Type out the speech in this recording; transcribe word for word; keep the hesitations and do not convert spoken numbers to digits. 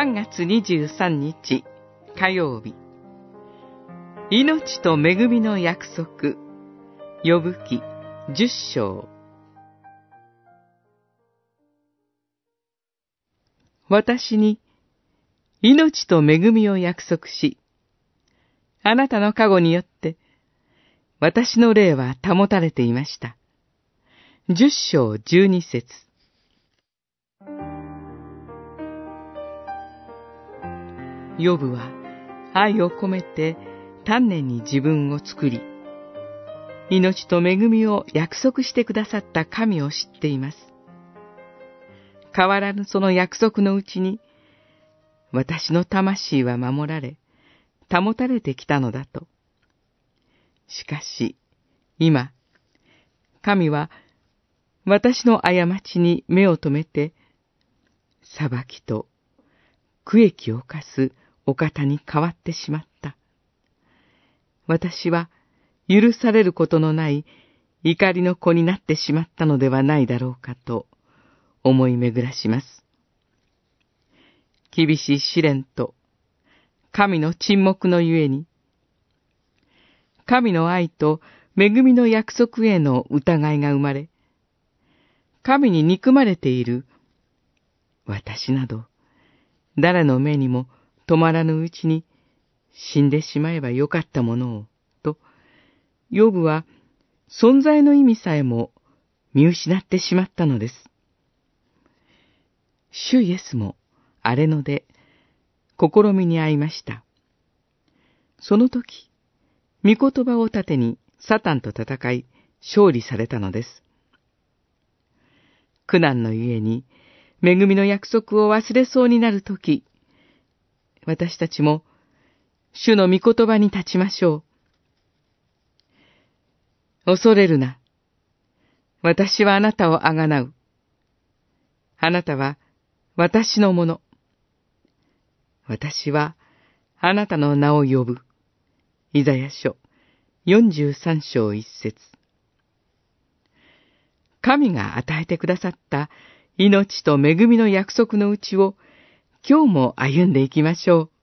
さんがつにじゅうさんにち火曜日、命と恵みの約束、呼ぶ記じゅっしょう。私に命と恵みを約束し、あなたの加護によって私の霊は保たれていました。じゅっしょうじゅうにせつ。ヨブは愛を込めて丹念に自分を作り、命と恵みを約束してくださった神を知っています。変わらぬその約束のうちに、私の魂は守られ、保たれてきたのだと。しかし、今、神は私の過ちに目を留めて、裁きと苦役を課すお方に変わってしまった。私は許されることのない怒りの子になってしまったのではないだろうかと思い巡らします。厳しい試練と神の沈黙のゆえに、神の愛と恵みの約束への疑いが生まれ、神に憎まれている私など誰の目にも止まらぬうちに死んでしまえばよかったものを、と、ヨブは存在の意味さえも見失ってしまったのです。主イエスも荒れ野で試みに遭いました。その時、御言葉を盾にサタンと戦い勝利されたのです。苦難のゆえに恵みの約束を忘れそうになる時、私たちも主の御言葉に立ちましょう。恐れるな。私はあなたをあがなう。あなたは私のもの。私はあなたの名を呼ぶ。イザヤ書よんじゅうさんしょういっせつ。神が与えてくださった命と恵みの約束のうちを今日も歩んでいきましょう。